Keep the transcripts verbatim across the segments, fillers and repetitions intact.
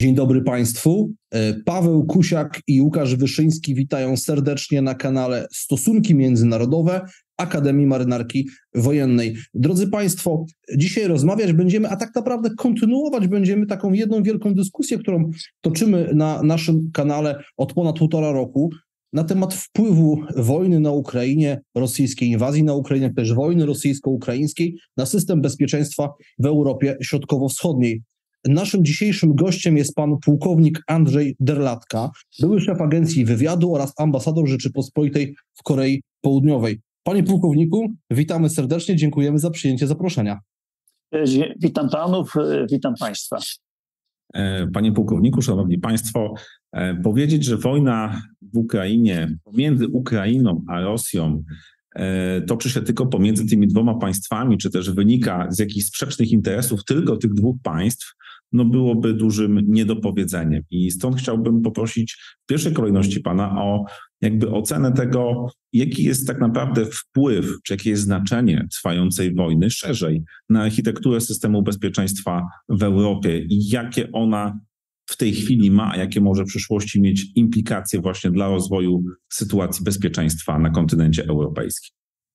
Dzień dobry Państwu. Paweł Kusiak i Łukasz Wyszyński witają serdecznie na kanale Stosunki Międzynarodowe Akademii Marynarki Wojennej. Drodzy Państwo, dzisiaj rozmawiać będziemy, a tak naprawdę kontynuować będziemy taką jedną wielką dyskusję, którą toczymy na naszym kanale od ponad półtora roku na temat wpływu wojny na Ukrainie, rosyjskiej inwazji na Ukrainie, też wojny rosyjsko-ukraińskiej na system bezpieczeństwa w Europie Środkowo-Wschodniej. Naszym dzisiejszym gościem jest pan pułkownik Andrzej Derlatka, były szef Agencji Wywiadu oraz ambasador Rzeczypospolitej w Korei Południowej. Panie pułkowniku, witamy serdecznie, dziękujemy za przyjęcie zaproszenia. Witam panów, witam państwa. Panie pułkowniku, szanowni państwo, powiedzieć, że wojna w Ukrainie, pomiędzy Ukrainą a Rosją toczy się tylko pomiędzy tymi dwoma państwami, czy też wynika z jakichś sprzecznych interesów tylko tych dwóch państw, no byłoby dużym niedopowiedzeniem. I stąd chciałbym poprosić w pierwszej kolejności pana o jakby ocenę tego, jaki jest tak naprawdę wpływ, czy jakie jest znaczenie trwającej wojny szerzej na architekturę systemu bezpieczeństwa w Europie i jakie ona w tej chwili ma, a jakie może w przyszłości mieć implikacje właśnie dla rozwoju sytuacji bezpieczeństwa na kontynencie europejskim.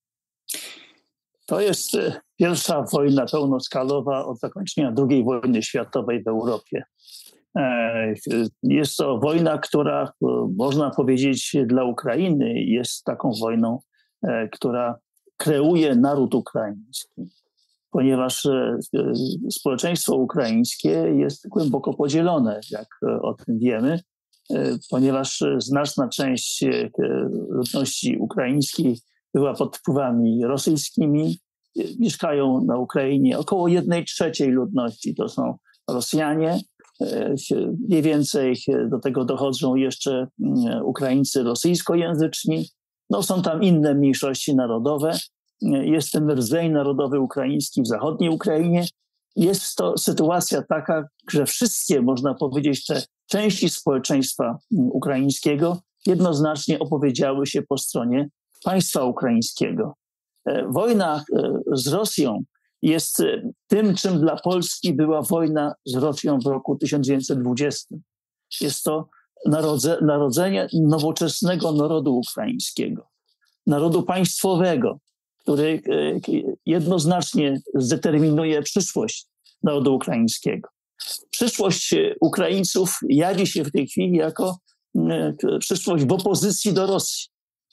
To jest pierwsza wojna pełnoskalowa od zakończenia drugiej wojny światowej w Europie. Jest to wojna, która, można powiedzieć, dla Ukrainy jest taką wojną, która kreuje naród ukraiński, ponieważ społeczeństwo ukraińskie jest głęboko podzielone, jak o tym wiemy, ponieważ znaczna część ludności ukraińskiej była pod wpływami rosyjskimi. Mieszkają na Ukrainie około jednej trzeciej ludności, to są Rosjanie. Mniej więcej do tego dochodzą jeszcze Ukraińcy rosyjskojęzyczni. No, są tam inne mniejszości narodowe. Jest ten rdzeń narodowy ukraiński w zachodniej Ukrainie. Jest to sytuacja taka, że wszystkie, można powiedzieć, te części społeczeństwa ukraińskiego jednoznacznie opowiedziały się po stronie państwa ukraińskiego. Wojna z Rosją jest tym, czym dla Polski była wojna z Rosją w roku tysiąc dziewięćset dwudziestym. Jest to narodze, narodzenie nowoczesnego narodu ukraińskiego, narodu państwowego, który jednoznacznie zdeterminuje przyszłość narodu ukraińskiego. Przyszłość Ukraińców jawi się w tej chwili jako przyszłość w opozycji do Rosji.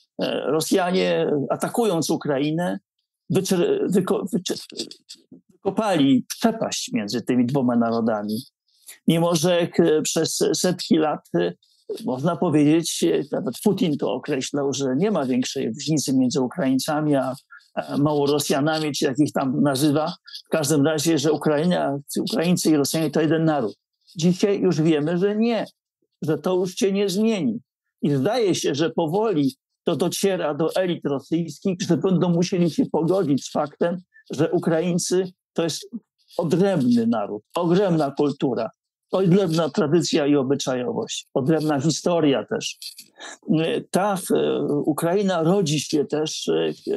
Rosjanie, atakując Ukrainę, wyczer- wyko- wyczy- wykopali przepaść między tymi dwoma narodami. Mimo że przez setki lat, można powiedzieć, nawet Putin to określał, że nie ma większej różnicy między Ukraińcami a Małorosjanami, czy jak ich tam nazywa. W każdym razie, że Ukraina, Ukraińcy i Rosjanie to jeden naród. Dzisiaj już wiemy, że nie, że to już się nie zmieni. I zdaje się, że powoli to dociera do elit rosyjskich, że będą musieli się pogodzić z faktem, że Ukraińcy to jest odrębny naród, odrębna kultura, odrębna tradycja i obyczajowość, odrębna historia też. Ta Ukraina rodzi się też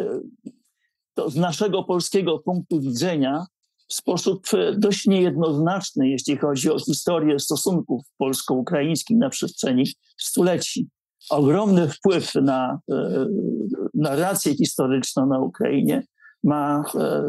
to z naszego polskiego punktu widzenia w sposób dość niejednoznaczny, jeśli chodzi o historię stosunków polsko-ukraińskich na przestrzeni stuleci. Ogromny wpływ na e, narrację historyczną na Ukrainie ma e,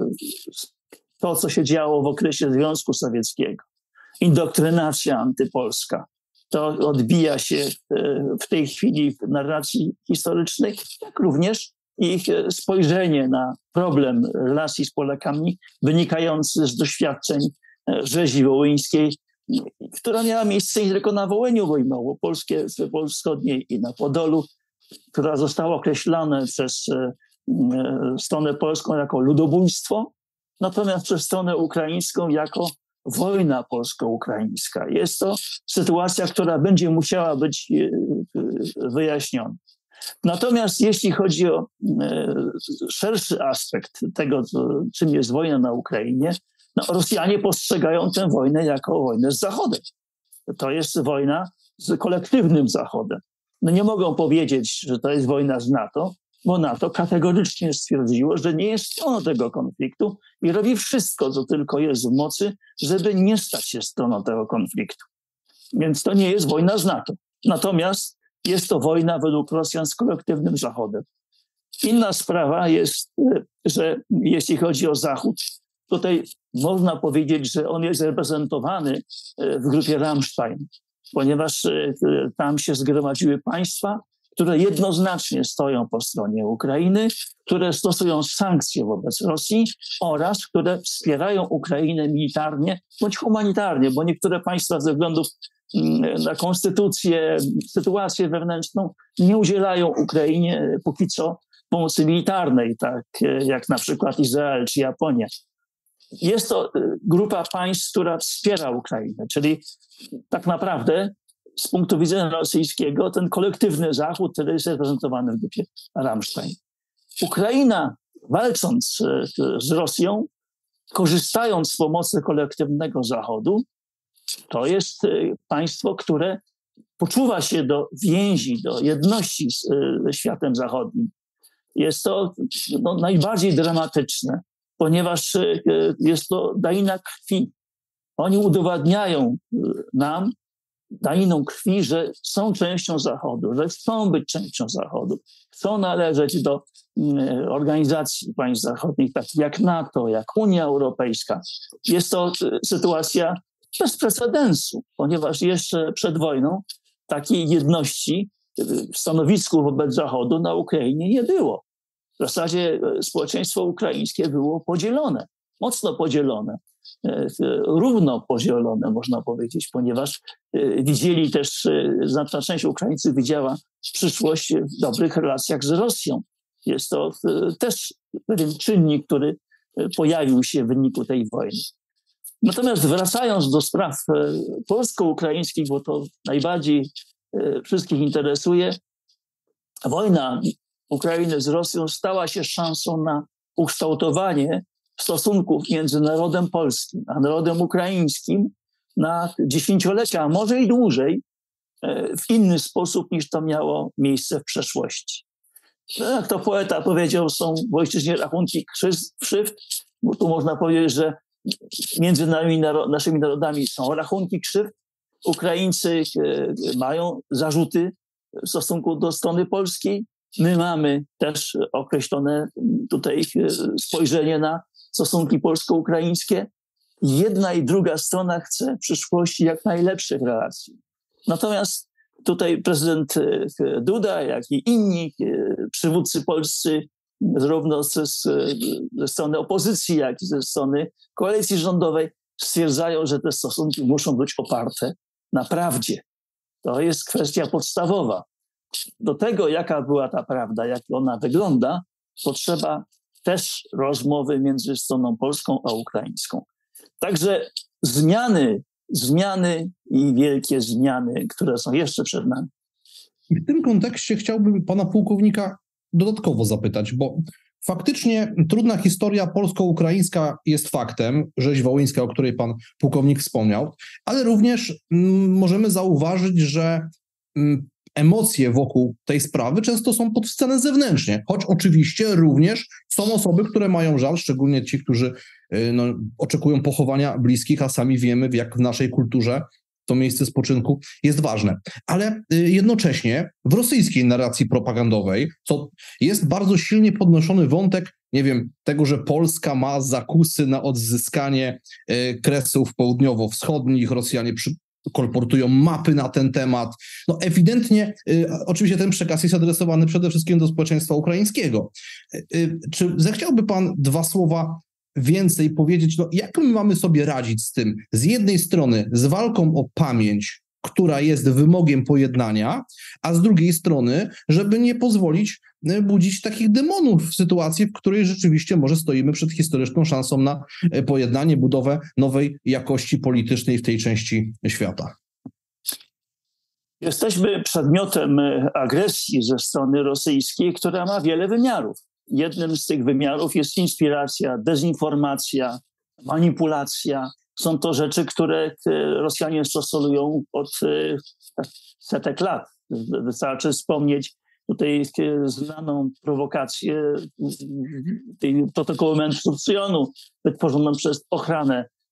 to, co się działo w okresie Związku Sowieckiego. Indoktrynacja antypolska. To odbija się e, w tej chwili w narracji historycznej, jak również ich spojrzenie na problem relacji z Polakami wynikający z doświadczeń rzezi wołyńskiej, która miała miejsce nie tylko na Wołyniu, bo i Małopolskie, wschodniej i na Podolu, która została określona przez e, stronę polską jako ludobójstwo, natomiast przez stronę ukraińską jako wojna polsko-ukraińska. Jest to sytuacja, która będzie musiała być e, wyjaśniona. Natomiast jeśli chodzi o e, szerszy aspekt tego, co, czym jest wojna na Ukrainie, no, Rosjanie postrzegają tę wojnę jako wojnę z Zachodem. To jest wojna z kolektywnym Zachodem. No, nie mogą powiedzieć, że to jest wojna z NATO, bo NATO kategorycznie stwierdziło, że nie jest stroną tego konfliktu i robi wszystko, co tylko jest w mocy, żeby nie stać się stroną tego konfliktu. Więc to nie jest wojna z NATO. Natomiast jest to wojna według Rosjan z kolektywnym Zachodem. Inna sprawa jest, że jeśli chodzi o Zachód, tutaj można powiedzieć, że on jest reprezentowany w grupie Rammstein, ponieważ tam się zgromadziły państwa, które jednoznacznie stoją po stronie Ukrainy, które stosują sankcje wobec Rosji oraz które wspierają Ukrainę militarnie bądź humanitarnie, bo niektóre państwa ze względów na konstytucję, sytuację wewnętrzną nie udzielają Ukrainie póki co pomocy militarnej, tak jak na przykład Izrael czy Japonia. Jest to grupa państw, która wspiera Ukrainę, czyli tak naprawdę z punktu widzenia rosyjskiego ten kolektywny Zachód który jest reprezentowany w grupie Rammstein. Ukraina, walcząc z Rosją, korzystając z pomocy kolektywnego Zachodu, to jest państwo, które poczuwa się do więzi, do jedności z, ze światem zachodnim. Jest to no, najbardziej dramatyczne, ponieważ jest to danina krwi. Oni udowadniają nam daniną krwi, że są częścią Zachodu, że chcą być częścią Zachodu, chcą należeć do organizacji państw zachodnich, takich jak NATO, jak Unia Europejska. Jest to sytuacja bez precedensu, ponieważ jeszcze przed wojną takiej jedności w stanowisku wobec Zachodu na Ukrainie nie było. W zasadzie społeczeństwo ukraińskie było podzielone, mocno podzielone, równo podzielone można powiedzieć, ponieważ widzieli też, znaczna część Ukraińców widziała przyszłość w dobrych relacjach z Rosją. Jest to też pewien czynnik, który pojawił się w wyniku tej wojny. Natomiast wracając do spraw polsko-ukraińskich, bo to najbardziej wszystkich interesuje, wojna Ukrainy z Rosją stała się szansą na ukształtowanie stosunków między narodem polskim a narodem ukraińskim na dziesięciolecia, a może i dłużej, w inny sposób niż to miało miejsce w przeszłości. Jak to poeta powiedział, są w ojczyźnie rachunki krzywd, bo tu można powiedzieć, że między nami, naszymi narodami są rachunki krzywd. Ukraińcy mają zarzuty w stosunku do strony polskiej. My mamy też określone tutaj spojrzenie na stosunki polsko-ukraińskie. Jedna i druga strona chce w przyszłości jak najlepszych relacji. Natomiast tutaj prezydent Duda, jak i inni przywódcy polscy, zarówno ze, ze strony opozycji, jak i ze strony koalicji rządowej, stwierdzają, że te stosunki muszą być oparte na prawdzie. To jest kwestia podstawowa. Do tego, jaka była ta prawda, jak ona wygląda, potrzeba też rozmowy między stroną polską a ukraińską. Także zmiany, zmiany i wielkie zmiany, które są jeszcze przed nami. I w tym kontekście chciałbym pana pułkownika dodatkowo zapytać, bo faktycznie trudna historia polsko-ukraińska jest faktem, rzeź wołyńska, o której pan pułkownik wspomniał, ale również m, możemy zauważyć, że m, emocje wokół tej sprawy często są podsycane zewnętrznie, choć oczywiście również są osoby, które mają żal, szczególnie ci, którzy y, no, oczekują pochowania bliskich, a sami wiemy, jak w naszej kulturze to miejsce spoczynku jest ważne. Ale jednocześnie w rosyjskiej narracji propagandowej, co jest bardzo silnie podnoszony wątek, nie wiem, tego, że Polska ma zakusy na odzyskanie kresów południowo-wschodnich, Rosjanie przy, kolportują mapy na ten temat. No ewidentnie, y, oczywiście ten przekaz jest adresowany przede wszystkim do społeczeństwa ukraińskiego. Y, czy zechciałby pan dwa słowa więcej powiedzieć, no jak my mamy sobie radzić z tym, z jednej strony z walką o pamięć, która jest wymogiem pojednania, a z drugiej strony, żeby nie pozwolić budzić takich demonów w sytuacji, w której rzeczywiście może stoimy przed historyczną szansą na pojednanie, budowę nowej jakości politycznej w tej części świata. Jesteśmy przedmiotem agresji ze strony rosyjskiej, która ma wiele wymiarów. Jednym z tych wymiarów jest inspiracja, dezinformacja, manipulacja. Są to rzeczy, które Rosjanie stosują od setek lat. Wystarczy wspomnieć tutaj znaną prowokację tej protokołu Menstrucjonu wytworzoną przez ochranę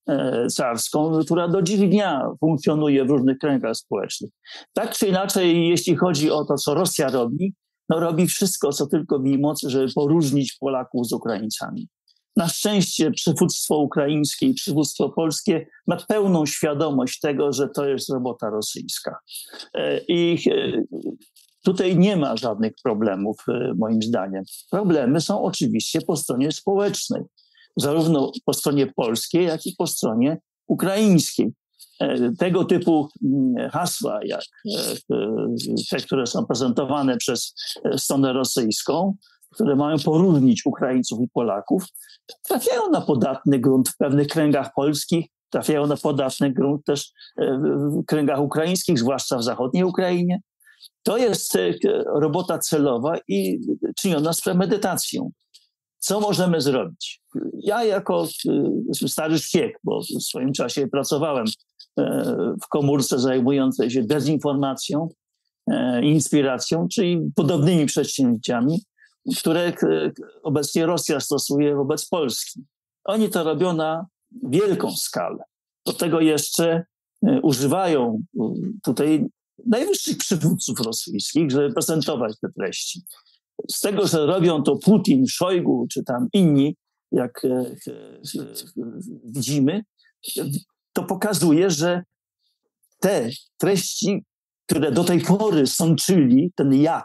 carską, która do dziś dnia funkcjonuje w różnych kręgach społecznych. Tak czy inaczej, jeśli chodzi o to, co Rosja robi, no robi wszystko, co tylko w jej mocy, żeby poróżnić Polaków z Ukraińcami. Na szczęście przywództwo ukraińskie i przywództwo polskie ma pełną świadomość tego, że to jest robota rosyjska. I tutaj nie ma żadnych problemów, moim zdaniem. Problemy są oczywiście po stronie społecznej, zarówno po stronie polskiej, jak i po stronie ukraińskiej. Tego typu hasła, jak te, które są prezentowane przez stronę rosyjską, które mają poróżnić Ukraińców i Polaków, trafiają na podatny grunt w pewnych kręgach polskich, trafiają na podatny grunt też w kręgach ukraińskich, zwłaszcza w zachodniej Ukrainie. To jest robota celowa i czyniona z premedytacją. Co możemy zrobić? Ja jako stary szpieg, bo w swoim czasie pracowałem w komórce zajmującej się dezinformacją, inspiracją, czyli podobnymi przedsięwzięciami, które obecnie Rosja stosuje wobec Polski. Oni to robią na wielką skalę. Do tego jeszcze używają tutaj najwyższych przywódców rosyjskich, żeby prezentować te treści. Z tego, że robią to Putin, Szojgu, czy tam inni, jak widzimy, to pokazuje, że te treści, które do tej pory sączyli, ten jad,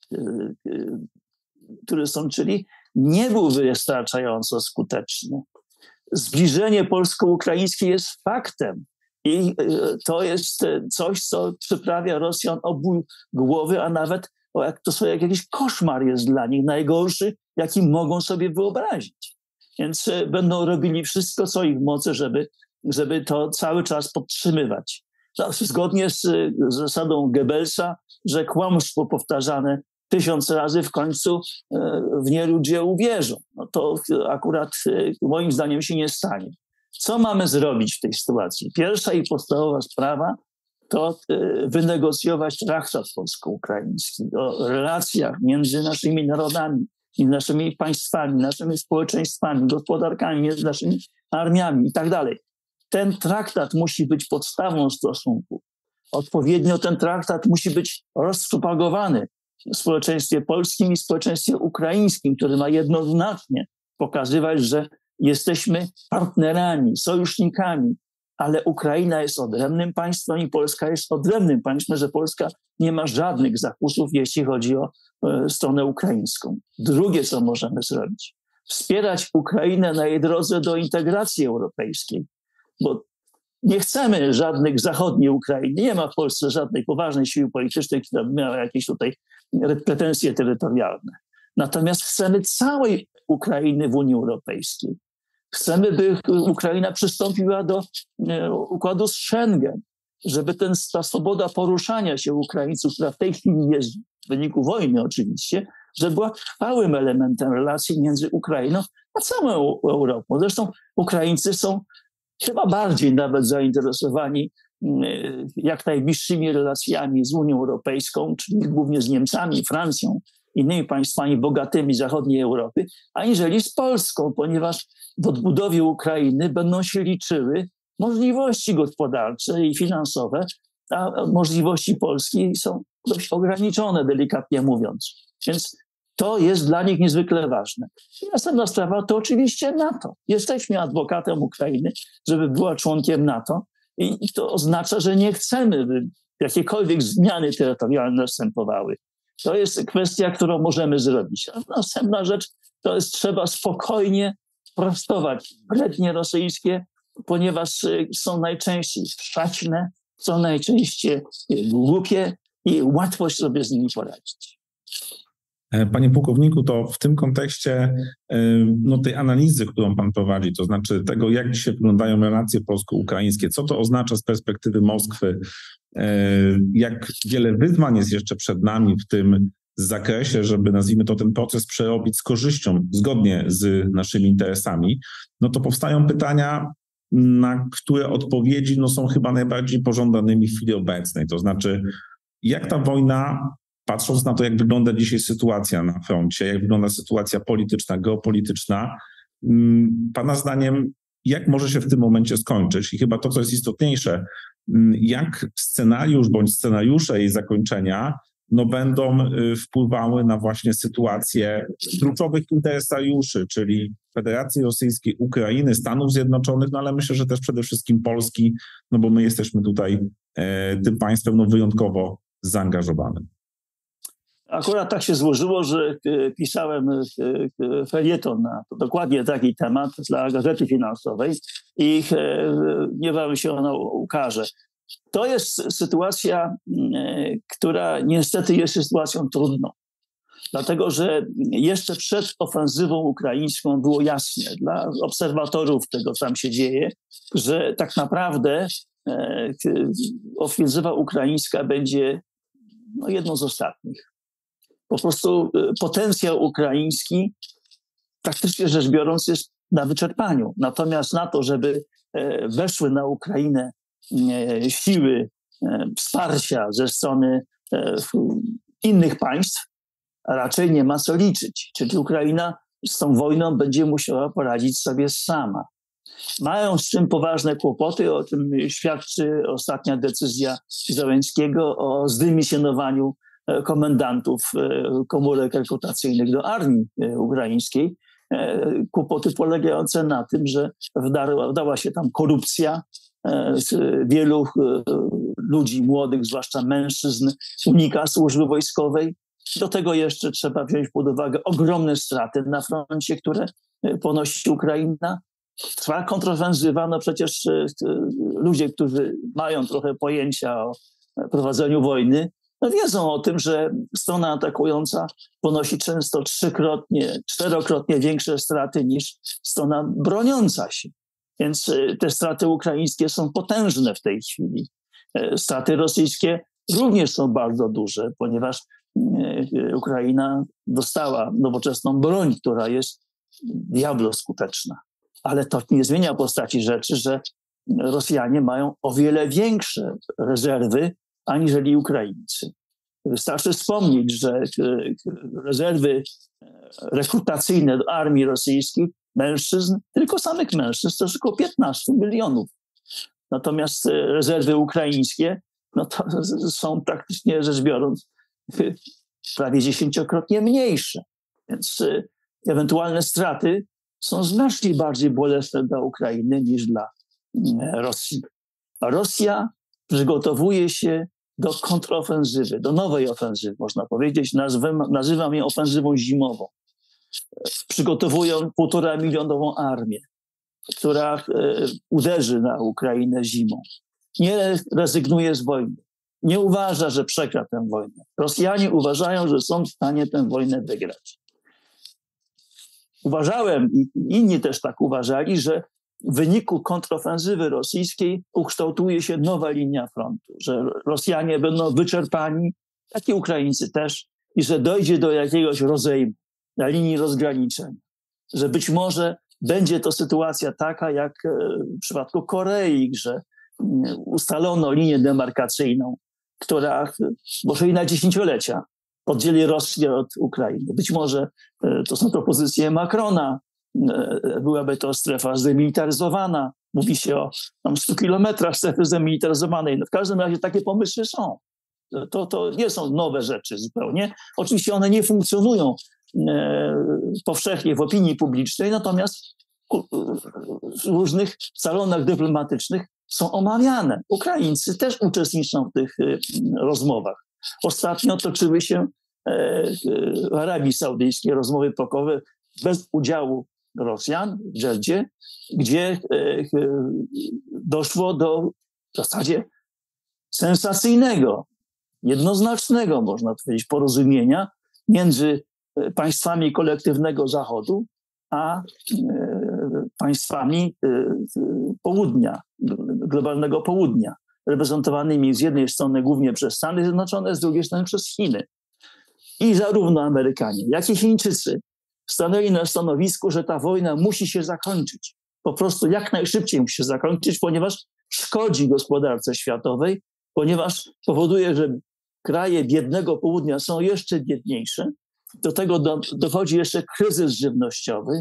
który sączyli, nie był wystarczająco skuteczny. Zbliżenie polsko-ukraińskie jest faktem i to jest coś, co przyprawia Rosjan obój głowy, a nawet jak to sobie jakiś koszmar jest dla nich, najgorszy, jaki mogą sobie wyobrazić. Więc będą robili wszystko, co ich w mocy, żeby, żeby to cały czas podtrzymywać. No, zgodnie z, z zasadą Goebbelsa, że kłamstwo powtarzane tysiąc razy w końcu w nie ludzie uwierzą. No to akurat moim zdaniem się nie stanie. Co mamy zrobić w tej sytuacji? Pierwsza i podstawowa sprawa to wynegocjować traktat polsko-ukraiński o relacjach między naszymi narodami i naszymi państwami, naszymi społeczeństwami, gospodarkami, między naszymi armiami i tak dalej. Ten traktat musi być podstawą stosunku. Odpowiednio ten traktat musi być rozpropagowany w społeczeństwie polskim i społeczeństwie ukraińskim, który ma jednoznacznie pokazywać, że jesteśmy partnerami, sojusznikami, ale Ukraina jest odrębnym państwem i Polska jest odrębnym państwem, że Polska nie ma żadnych zakusów, jeśli chodzi o e, stronę ukraińską. Drugie, co możemy zrobić, wspierać Ukrainę na jej drodze do integracji europejskiej, bo nie chcemy żadnych zachodniej Ukrainy. Nie ma w Polsce żadnej poważnej siły politycznej, która by miała jakieś tutaj pretensje terytorialne. Natomiast chcemy całej Ukrainy w Unii Europejskiej. Chcemy, by Ukraina przystąpiła do e, układu z Schengen, żeby ten, ta swoboda poruszania się Ukraińców, która w tej chwili jest w wyniku wojny oczywiście, że była trwałym elementem relacji między Ukrainą a całą Europą. Zresztą Ukraińcy są chyba bardziej nawet zainteresowani jak najbliższymi relacjami z Unią Europejską, czyli głównie z Niemcami, Francją, innymi państwami bogatymi zachodniej Europy, aniżeli z Polską, ponieważ w odbudowie Ukrainy będą się liczyły możliwości gospodarcze i finansowe, a możliwości Polski są dość ograniczone, delikatnie mówiąc. Więc to jest dla nich niezwykle ważne. I następna sprawa to oczywiście NATO. Jesteśmy adwokatem Ukrainy, żeby była członkiem NATO i to oznacza, że nie chcemy, by jakiekolwiek zmiany terytorialne następowały. To jest kwestia, którą możemy zrobić. A następna rzecz to jest trzeba spokojnie prostować brednie rosyjskie, ponieważ są najczęściej szaćne, są najczęściej głupie i łatwo sobie z nimi poradzić. Panie pułkowniku, to w tym kontekście no, tej analizy, którą pan prowadzi, to znaczy tego, jak dzisiaj wyglądają relacje polsko-ukraińskie, co to oznacza z perspektywy Moskwy, jak wiele wyzwań jest jeszcze przed nami w tym zakresie, żeby, nazwijmy to, ten proces przerobić z korzyścią, zgodnie z naszymi interesami, no to powstają pytania, na które odpowiedzi no, są chyba najbardziej pożądanymi w chwili obecnej. To znaczy, jak ta wojna, patrząc na to, jak wygląda dzisiaj sytuacja na froncie, jak wygląda sytuacja polityczna, geopolityczna, pana zdaniem, jak może się w tym momencie skończyć. I chyba to, co jest istotniejsze, jak scenariusz bądź scenariusze jej zakończenia no, będą wpływały na właśnie sytuację kluczowych interesariuszy, czyli Federacji Rosyjskiej, Ukrainy, Stanów Zjednoczonych, no ale myślę, że też przede wszystkim Polski, no bo my jesteśmy tutaj e, tym państwem no, wyjątkowo zaangażowanym. Akurat tak się złożyło, że pisałem felieton na dokładnie taki temat dla Gazety Finansowej i niebawem się ona ukaże. To jest sytuacja, która niestety jest sytuacją trudną. Dlatego, że jeszcze przed ofensywą ukraińską było jasne dla obserwatorów tego, co tam się dzieje, że tak naprawdę ofensywa ukraińska będzie no, jedną z ostatnich. Po prostu potencjał ukraiński, praktycznie rzecz biorąc, jest na wyczerpaniu. Natomiast na to, żeby weszły na Ukrainę siły wsparcia ze strony innych państw, raczej nie ma co liczyć. Czyli Ukraina z tą wojną będzie musiała poradzić sobie sama. Mają z czym poważne kłopoty, o tym świadczy ostatnia decyzja Zełenskiego o zdymisjonowaniu komendantów komórek rekrutacyjnych do armii ukraińskiej. Kłopoty polegające na tym, że wdarła, wdała się tam korupcja, wielu ludzi młodych, zwłaszcza mężczyzn, unika służby wojskowej. Do tego jeszcze trzeba wziąć pod uwagę ogromne straty na froncie, które ponosi Ukraina. Trwa kontrofensywa, no przecież ludzie, którzy mają trochę pojęcia o prowadzeniu wojny, no wiedzą o tym, że strona atakująca ponosi często trzykrotnie, czterokrotnie większe straty niż strona broniąca się. Więc te straty ukraińskie są potężne w tej chwili. Straty rosyjskie również są bardzo duże, ponieważ Ukraina dostała nowoczesną broń, która jest diablo skuteczna. Ale to nie zmienia postaci rzeczy, że Rosjanie mają o wiele większe rezerwy aniżeli Ukraińcy. Wystarczy wspomnieć, że rezerwy rekrutacyjne do armii rosyjskiej mężczyzn, tylko samych mężczyzn, to jest około piętnaście milionów. Natomiast rezerwy ukraińskie, no to są praktycznie rzecz biorąc prawie dziesięciokrotnie mniejsze. Więc ewentualne straty są znacznie bardziej bolesne dla Ukrainy niż dla Rosji. A Rosja przygotowuje się do kontrofensywy, do nowej ofensywy, można powiedzieć. Nazywam, nazywam ją ofensywą zimową. Przygotowują półtora milionową armię, która e, uderzy na Ukrainę zimą. Nie rezygnuje z wojny. Nie uważa, że przegra tę wojnę. Rosjanie uważają, że są w stanie tę wojnę wygrać. Uważałem i inni też tak uważali, że w wyniku kontrofensywy rosyjskiej ukształtuje się nowa linia frontu, że Rosjanie będą wyczerpani, jak i Ukraińcy też, i że dojdzie do jakiegoś rozejmu na linii rozgraniczenia. Że być może będzie to sytuacja taka, jak w przypadku Korei, że ustalono linię demarkacyjną, która może i na dziesięciolecia oddzieli Rosję od Ukrainy. Być może to są propozycje Macrona, byłaby to strefa zdemilitaryzowana. Mówi się o tam stu kilometrach strefy zdemilitaryzowanej. No w każdym razie takie pomysły są. To, to nie są nowe rzeczy zupełnie. Oczywiście one nie funkcjonują e, powszechnie w opinii publicznej, natomiast w różnych salonach dyplomatycznych są omawiane. Ukraińcy też uczestniczą w tych e, rozmowach. Ostatnio toczyły się e, w Arabii Saudyjskiej rozmowy pokojowe bez udziału Rosjan w Dżeddzie, gdzie e, doszło do w zasadzie sensacyjnego, jednoznacznego, można powiedzieć, porozumienia między państwami kolektywnego Zachodu a państwami południa, globalnego południa, reprezentowanymi z jednej strony głównie przez Stany Zjednoczone, z drugiej strony przez Chiny. I zarówno Amerykanie, jak i Chińczycy stanęli na stanowisku, że ta wojna musi się zakończyć. Po prostu jak najszybciej musi się zakończyć, ponieważ szkodzi gospodarce światowej, ponieważ powoduje, że kraje biednego południa są jeszcze biedniejsze. Do tego do, dochodzi jeszcze kryzys żywnościowy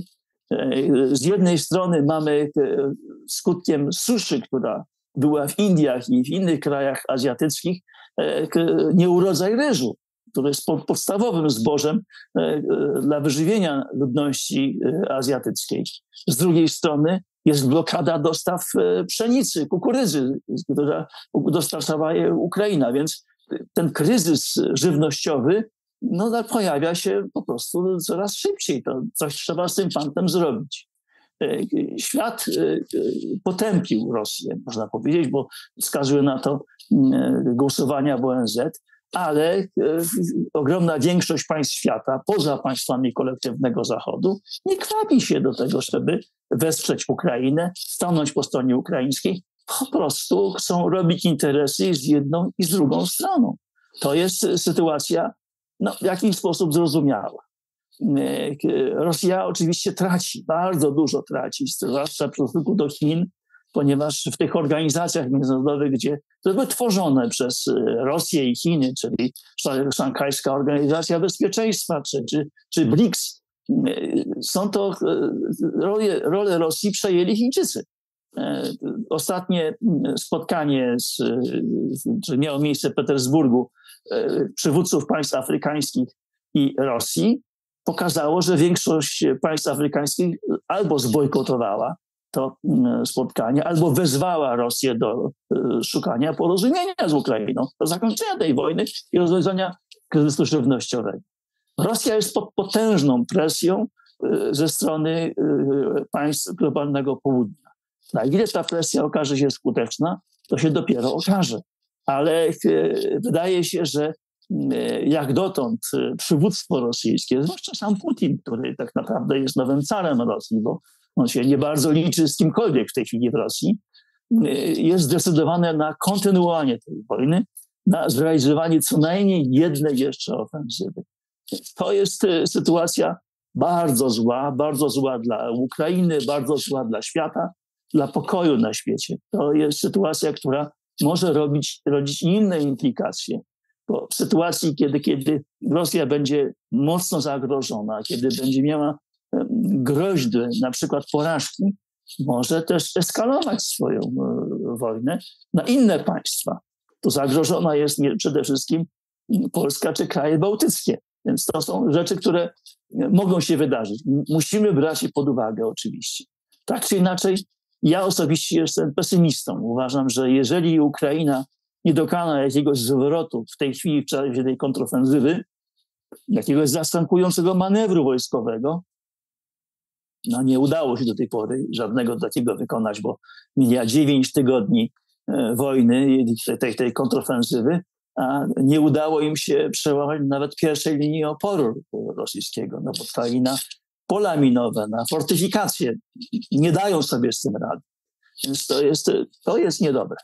Z jednej strony mamy skutkiem suszy, która była w Indiach i w innych krajach azjatyckich, nieurodzaj ryżu, który jest podstawowym zbożem dla wyżywienia ludności azjatyckiej. Z drugiej strony jest blokada dostaw pszenicy, kukurydzy, która dostarczała je Ukraina, więc ten kryzys żywnościowy no, pojawia się po prostu coraz szybciej. To coś trzeba z tym fantem zrobić. Świat potępił Rosję, można powiedzieć, bo wskazuje na to głosowania w O N Z, ale ogromna większość państw świata, poza państwami kolektywnego Zachodu, nie kwapi się do tego, żeby wesprzeć Ukrainę, stanąć po stronie ukraińskiej. Po prostu chcą robić interesy z jedną i z drugą stroną. To jest sytuacja no, w jakiś sposób zrozumiała. Rosja oczywiście traci, bardzo dużo traci, zwłaszcza w stosunku do Chin, ponieważ w tych organizacjach międzynarodowych, gdzie to były tworzone przez Rosję i Chiny, czyli Szanghajska Organizacja Bezpieczeństwa, czy, czy, czy BRICS, są to role, role Rosji przejęli Chińczycy. Ostatnie spotkanie, z, które miało miejsce w Petersburgu, przywódców państw afrykańskich i Rosji, pokazało, że większość państw afrykańskich albo zbojkotowała to spotkanie, albo wezwała Rosję do szukania porozumienia z Ukrainą, do zakończenia tej wojny i rozwiązania kryzysu żywnościowego. Rosja jest pod potężną presją ze strony państw globalnego południa. Na ile ta presja okaże się skuteczna, to się dopiero okaże. Ale wydaje się, że jak dotąd przywództwo rosyjskie, zwłaszcza sam Putin, który tak naprawdę jest nowym carem Rosji, bo on się nie bardzo liczy z kimkolwiek w tej chwili w Rosji, jest zdecydowane na kontynuowanie tej wojny, na zrealizowanie co najmniej jednej jeszcze ofensywy. To jest sytuacja bardzo zła, bardzo zła dla Ukrainy, bardzo zła dla świata, dla pokoju na świecie. To jest sytuacja, która może robić, rodzić inne implikacje. Bo w sytuacji, kiedy, kiedy Rosja będzie mocno zagrożona, kiedy będzie miała groźby, na przykład porażki, może też eskalować swoją wojnę na inne państwa. To zagrożona jest przede wszystkim Polska czy kraje bałtyckie. Więc to są rzeczy, które mogą się wydarzyć. Musimy brać je pod uwagę oczywiście. Tak czy inaczej, ja osobiście jestem pesymistą. Uważam, że jeżeli Ukraina nie dokona jakiegoś zwrotu w tej chwili w czasie tej kontrofensywy, jakiegoś zaskakującego manewru wojskowego, no nie udało się do tej pory żadnego takiego wykonać, bo mija dziewięć tygodni wojny, tej, tej kontrofensywy, a nie udało im się przełamać nawet pierwszej linii oporu rosyjskiego, no bo stali na pola minowe, na fortyfikacje. Nie dają sobie z tym rady. Więc to jest, to jest niedobre.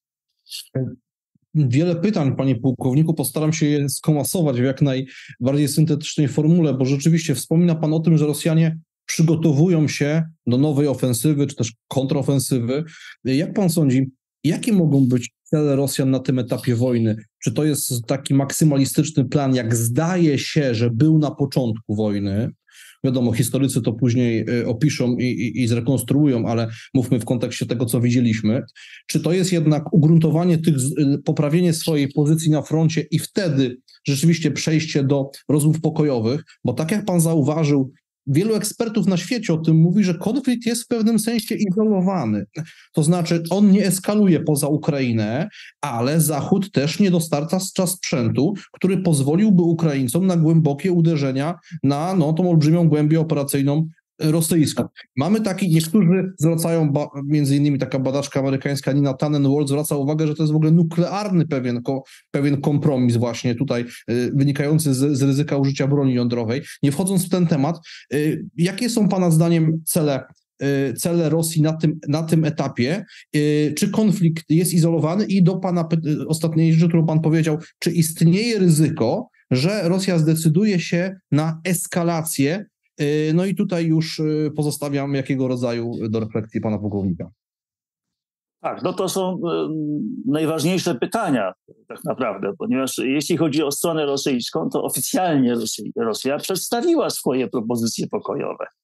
Wiele pytań, panie pułkowniku, postaram się je skomasować w jak najbardziej syntetycznej formule, bo rzeczywiście wspomina pan o tym, że Rosjanie przygotowują się do nowej ofensywy, czy też kontrofensywy. Jak pan sądzi, jakie mogą być cele Rosjan na tym etapie wojny? Czy to jest taki maksymalistyczny plan, jak zdaje się, że był na początku wojny? Wiadomo, historycy to później opiszą i, i, i zrekonstruują, ale mówmy w kontekście tego, co widzieliśmy. Czy to jest jednak ugruntowanie tych, poprawienie swojej pozycji na froncie i wtedy rzeczywiście przejście do rozmów pokojowych? Bo tak jak pan zauważył, wielu ekspertów na świecie o tym mówi, że konflikt jest w pewnym sensie izolowany. To znaczy on nie eskaluje poza Ukrainę, ale Zachód też nie dostarcza sprzętu, który pozwoliłby Ukraińcom na głębokie uderzenia na no, tą olbrzymią głębię operacyjną rosyjską. Mamy taki, niektórzy zwracają, ba, między innymi taka badaczka amerykańska Nina Tannenwald zwraca uwagę, że to jest w ogóle nuklearny pewien, ko, pewien kompromis właśnie tutaj y, wynikający z, z ryzyka użycia broni jądrowej. Nie wchodząc w ten temat, y, jakie są pana zdaniem cele, y, cele Rosji na tym, na tym etapie? Y, czy konflikt jest izolowany? I do pana y, ostatniej rzeczy, którą pan powiedział, czy istnieje ryzyko, że Rosja zdecyduje się na eskalację? No i tutaj już pozostawiam jakiego rodzaju do refleksji pana pułkownika. Tak, no to są najważniejsze pytania tak naprawdę, ponieważ jeśli chodzi o stronę rosyjską, to oficjalnie Rosja, Rosja przedstawiła swoje propozycje pokojowe.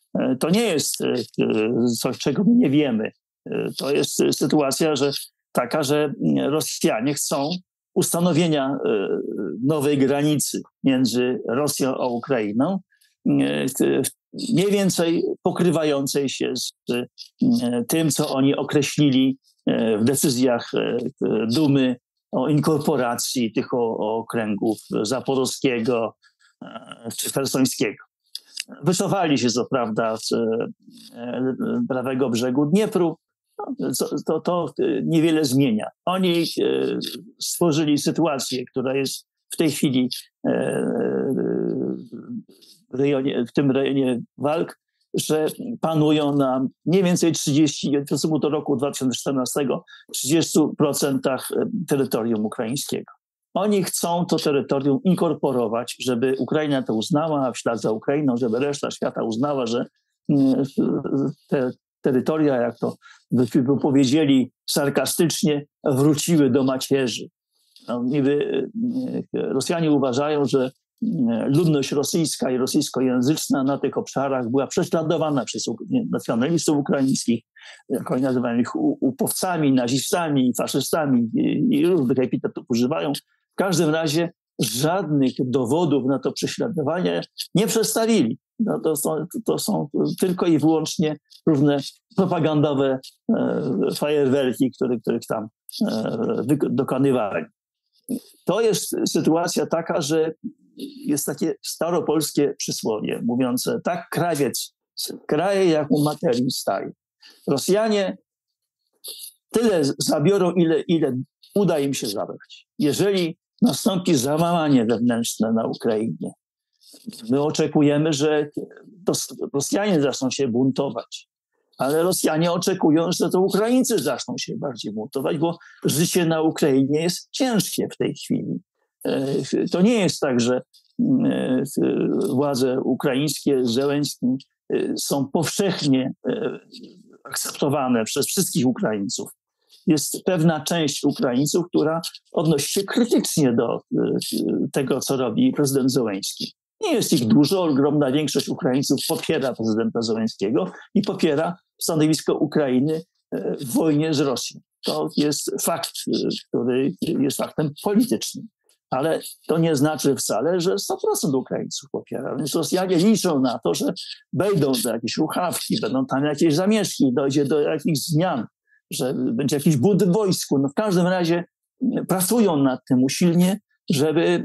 To nie jest coś, czego my nie wiemy. To jest sytuacja, że taka, że Rosjanie chcą ustanowienia nowej granicy między Rosją a Ukrainą, mniej więcej pokrywającej się z tym, co oni określili w decyzjach Dumy o inkorporacji tych okręgów zaporowskiego czy chersońskiego. Wycofali się, co prawda, z prawego brzegu Dniepru. To, to niewiele zmienia. Oni stworzyli sytuację, która jest w tej chwili w, rejonie, w tym rejonie walk, że panują na mniej więcej trzydzieści, w stosunku do roku dwa tysiące czternastego, trzydzieści procent terytorium ukraińskiego. Oni chcą to terytorium inkorporować, żeby Ukraina to uznała, a w ślad za Ukrainą, żeby reszta świata uznała, że te terytoria, jak to by powiedzieli sarkastycznie, wróciły do macierzy. No, niby Rosjanie uważają, że ludność rosyjska i rosyjskojęzyczna na tych obszarach była prześladowana przez nacjonalistów ukraińskich, jak oni nazywają ich upowcami, nazistami, faszystami i różnych epitetów używają. W każdym razie żadnych dowodów na to prześladowanie nie przedstawili. No to, są, to są tylko i wyłącznie różne propagandowe e, fajerwerki, które, których tam e, dokonywali. To jest sytuacja taka, że jest takie staropolskie przysłowie mówiące: tak krawiec kraje, jak mu materii staje. Rosjanie tyle zabiorą, ile, ile uda im się zabrać. Jeżeli nastąpi załamanie wewnętrzne na Ukrainie, my oczekujemy, że to Rosjanie zaczną się buntować. Ale Rosjanie oczekują, że to Ukraińcy zaczną się bardziej buntować, bo życie na Ukrainie jest ciężkie w tej chwili. To nie jest tak, że władze ukraińskie z Zełenskim są powszechnie akceptowane przez wszystkich Ukraińców. Jest pewna część Ukraińców, która odnosi się krytycznie do tego, co robi prezydent Zełenski. Nie jest ich dużo, ogromna większość Ukraińców popiera prezydenta Zełenskiego i popiera stanowisko Ukrainy w wojnie z Rosją. To jest fakt, który jest faktem politycznym. Ale to nie znaczy wcale, że sto procent Ukraińców popiera. Więc Rosjanie liczą na to, że wejdą do jakiejś ruchawki, będą tam jakieś zamieszki, dojdzie do jakichś zmian, że będzie jakiś bunt w wojsku. No w każdym razie pracują nad tym usilnie, żeby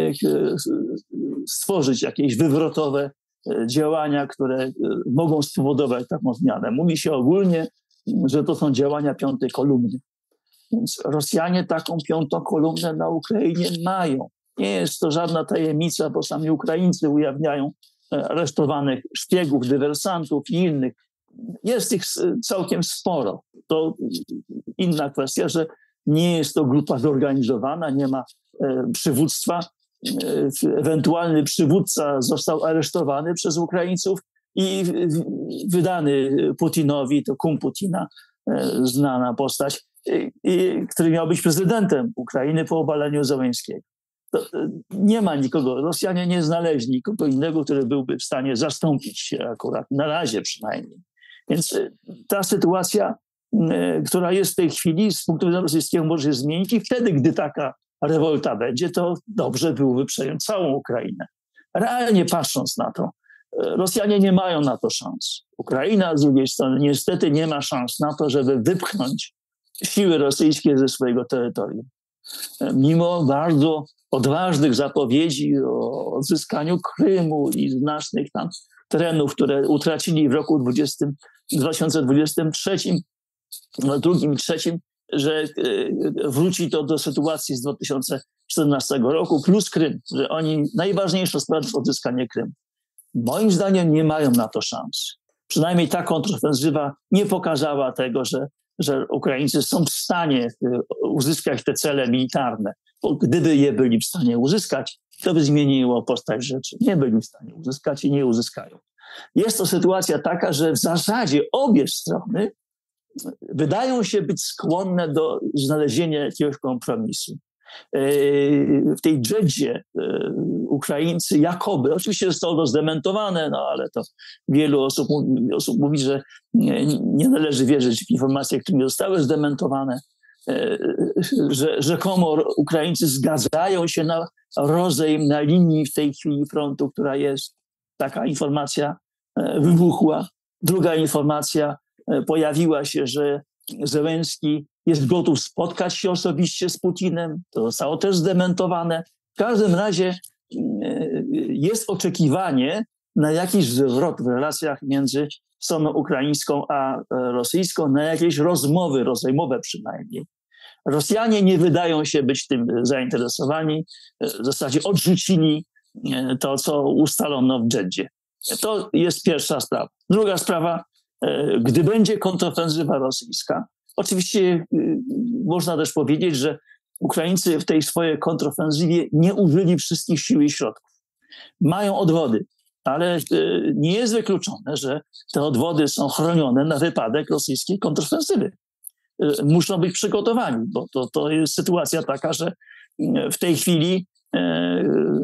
stworzyć jakieś wywrotowe działania, które mogą spowodować taką zmianę. Mówi się ogólnie, że to są działania piątej kolumny. Więc Rosjanie taką piątą kolumnę na Ukrainie mają. Nie jest to żadna tajemnica, bo sami Ukraińcy ujawniają aresztowanych szpiegów, dywersantów i innych. Jest ich całkiem sporo. To inna kwestia, że nie jest to grupa zorganizowana, nie ma e, przywództwa. E, ewentualny przywódca został aresztowany przez Ukraińców i w, wydany Putinowi, to kum Putina, e, znana postać, e, który miał być prezydentem Ukrainy po obaleniu Zełenskiego. To, e, nie ma nikogo, Rosjanie nie znaleźli nikogo innego, który byłby w stanie zastąpić się akurat, na razie przynajmniej. Więc e, ta sytuacja, która jest w tej chwili z punktu widzenia rosyjskiego, może się zmienić i wtedy, gdy taka rewolta będzie, to dobrze byłoby przejąć całą Ukrainę. Realnie patrząc na to, Rosjanie nie mają na to szans. Ukraina z drugiej strony niestety nie ma szans na to, żeby wypchnąć siły rosyjskie ze swojego terytorium. Mimo bardzo odważnych zapowiedzi o odzyskaniu Krymu i znacznych tam terenów, które utracili w roku dwa tysiące dwudziestym trzecim, drugim i trzecim, że wróci to do sytuacji z dwa tysiące czternastego roku, plus Krym, że oni, najważniejsza sprawa to odzyskanie Krymu. Moim zdaniem nie mają na to szans. Przynajmniej ta kontrofensywa nie pokazała tego, że, że Ukraińcy są w stanie uzyskać te cele militarne. Bo gdyby je byli w stanie uzyskać, to by zmieniło postać rzeczy. Nie byli w stanie uzyskać i nie uzyskają. Jest to sytuacja taka, że w zasadzie obie strony wydają się być skłonne do znalezienia jakiegoś kompromisu. W tej Dżedzie Ukraińcy jakoby, oczywiście zostało to zdementowane, no ale to wielu osób, osób mówi, że nie, nie należy wierzyć w informacje, które nie zostały zdementowane, że rzekomo Ukraińcy zgadzają się na rozejm na linii w tej chwili frontu, która jest. Taka informacja wybuchła. Druga informacja pojawiła się, że Zełenski jest gotów spotkać się osobiście z Putinem. To zostało też zdementowane. W każdym razie jest oczekiwanie na jakiś zwrot w relacjach między stroną ukraińską a rosyjską, na jakieś rozmowy rozejmowe przynajmniej. Rosjanie nie wydają się być tym zainteresowani. W zasadzie odrzucili to, co ustalono w Dżedzie. To jest pierwsza sprawa. Druga sprawa, gdy będzie kontrofensywa rosyjska, oczywiście można też powiedzieć, że Ukraińcy w tej swojej kontrofensywie nie użyli wszystkich sił i środków. Mają odwody, ale nie jest wykluczone, że te odwody są chronione na wypadek rosyjskiej kontrofensywy. Muszą być przygotowani, bo to, to jest sytuacja taka, że w tej chwili e,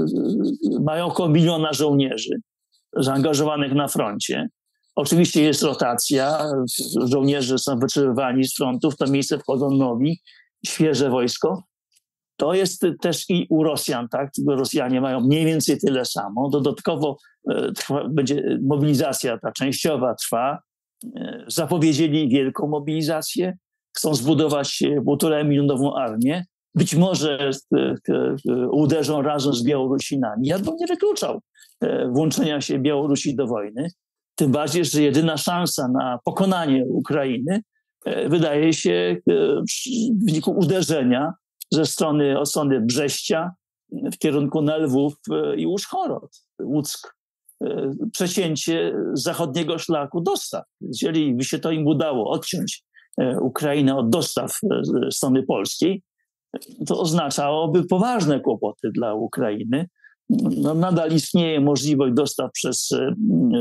mają około miliona żołnierzy zaangażowanych na froncie. Oczywiście jest rotacja, żołnierze są wyczerpywani z frontu, w to miejsce wchodzą nowi, świeże wojsko. To jest też i u Rosjan, tak? Rosjanie mają mniej więcej tyle samo. Dodatkowo e, trwa, będzie mobilizacja ta częściowa trwa. E, zapowiedzieli wielką mobilizację. Chcą zbudować półtora milionową armię. Być może e, e, uderzą razem z Białorusinami. Ja bym nie wykluczał e, włączenia się Białorusi do wojny. Tym bardziej, że jedyna szansa na pokonanie Ukrainy e, wydaje się e, w wyniku uderzenia ze strony, od strony Brześcia w kierunku na Lwów e, i Użhorod, Łuck. E, przecięcie zachodniego szlaku dostaw. Jeżeli by się to im udało odciąć Ukrainę od dostaw ze strony polskiej, to oznaczałoby poważne kłopoty dla Ukrainy. No, nadal istnieje możliwość dostaw przez e,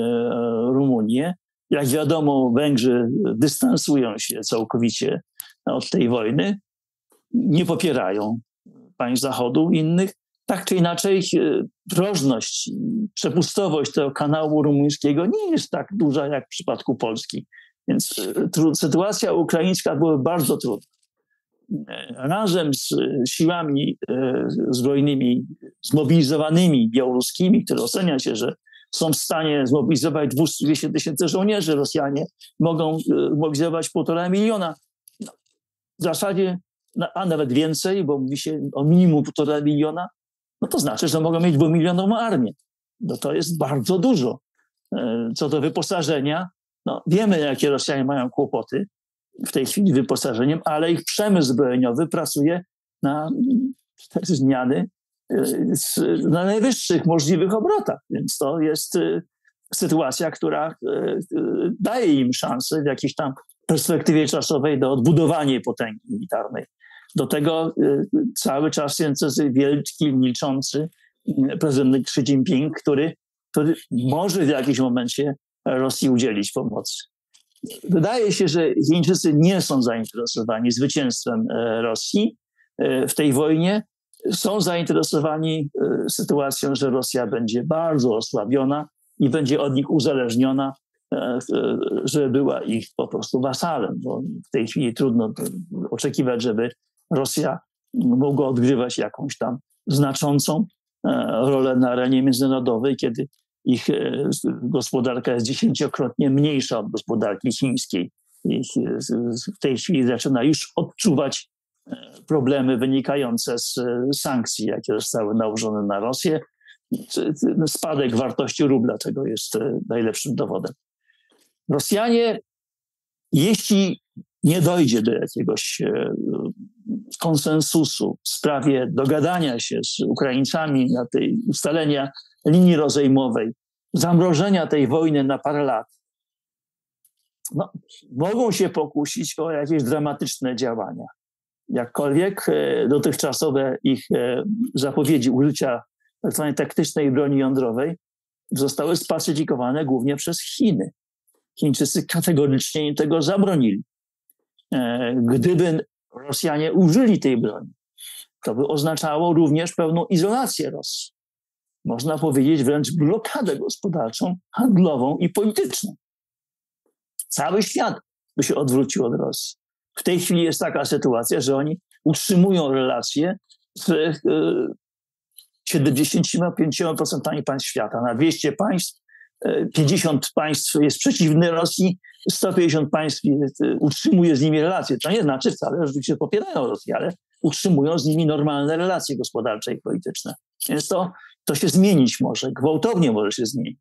Rumunię. Jak wiadomo, Węgrzy dystansują się całkowicie od tej wojny. Nie popierają państw Zachodu innych. Tak czy inaczej drożność, przepustowość tego kanału rumuńskiego nie jest tak duża jak w przypadku Polski. Więc sytuacja ukraińska była bardzo trudna. Razem z siłami zbrojnymi zmobilizowanymi białoruskimi, które ocenia się, że są w stanie zmobilizować dwieście tysięcy żołnierzy, Rosjanie mogą mobilizować półtora miliona. W zasadzie, a nawet więcej, bo mówi się o minimum półtora miliona, no to znaczy, że mogą mieć dwumilionową armię. No to jest bardzo dużo. Co do wyposażenia, no wiemy, jakie Rosjanie mają kłopoty w tej chwili wyposażeniem, ale ich przemysł zbrojeniowy pracuje na cztery zmiany na najwyższych możliwych obrotach. Więc to jest sytuacja, która daje im szansę w jakiejś tam perspektywie czasowej do odbudowania potęgi militarnej. Do tego cały czas jest wielki, milczący prezydent Xi Jinping, który, który może w jakimś momencie Rosji udzielić pomocy. Wydaje się, że Chińczycy nie są zainteresowani zwycięstwem Rosji w tej wojnie. Są zainteresowani sytuacją, że Rosja będzie bardzo osłabiona i będzie od nich uzależniona, żeby była ich po prostu wasalem. Bo w tej chwili trudno oczekiwać, żeby Rosja mogła odgrywać jakąś tam znaczącą rolę na arenie międzynarodowej, kiedy ich gospodarka jest dziesięciokrotnie mniejsza od gospodarki chińskiej. Ich w tej chwili zaczyna już odczuwać problemy wynikające z sankcji, jakie zostały nałożone na Rosję. Spadek wartości rubla tego jest najlepszym dowodem. Rosjanie, jeśli nie dojdzie do jakiegoś konsensusu w sprawie dogadania się z Ukraińcami na tej ustalenia linii rozejmowej, zamrożenia tej wojny na parę lat, no, mogą się pokusić o jakieś dramatyczne działania. Jakkolwiek e, dotychczasowe ich e, zapowiedzi użycia tzw. taktycznej broni jądrowej zostały spacyfikowane głównie przez Chiny. Chińczycy kategorycznie tego zabronili. E, gdyby Rosjanie użyli tej broni, To by oznaczało również pełną izolację Rosji. Można powiedzieć wręcz blokadę gospodarczą, handlową i polityczną. Cały świat by się odwrócił od Rosji. W tej chwili jest taka sytuacja, że oni utrzymują relacje z e, siedemdziesięcioma pięcioma procentami państw świata. Na dwieście państw, e, pięćdziesiąt państw jest przeciwnych Rosji, sto pięćdziesiąt państw jest, e, utrzymuje z nimi relacje. To nie znaczy wcale, że rzeczywiście popierają Rosję, ale utrzymują z nimi normalne relacje gospodarcze i polityczne. Więc to, to się zmienić może, gwałtownie może się zmienić.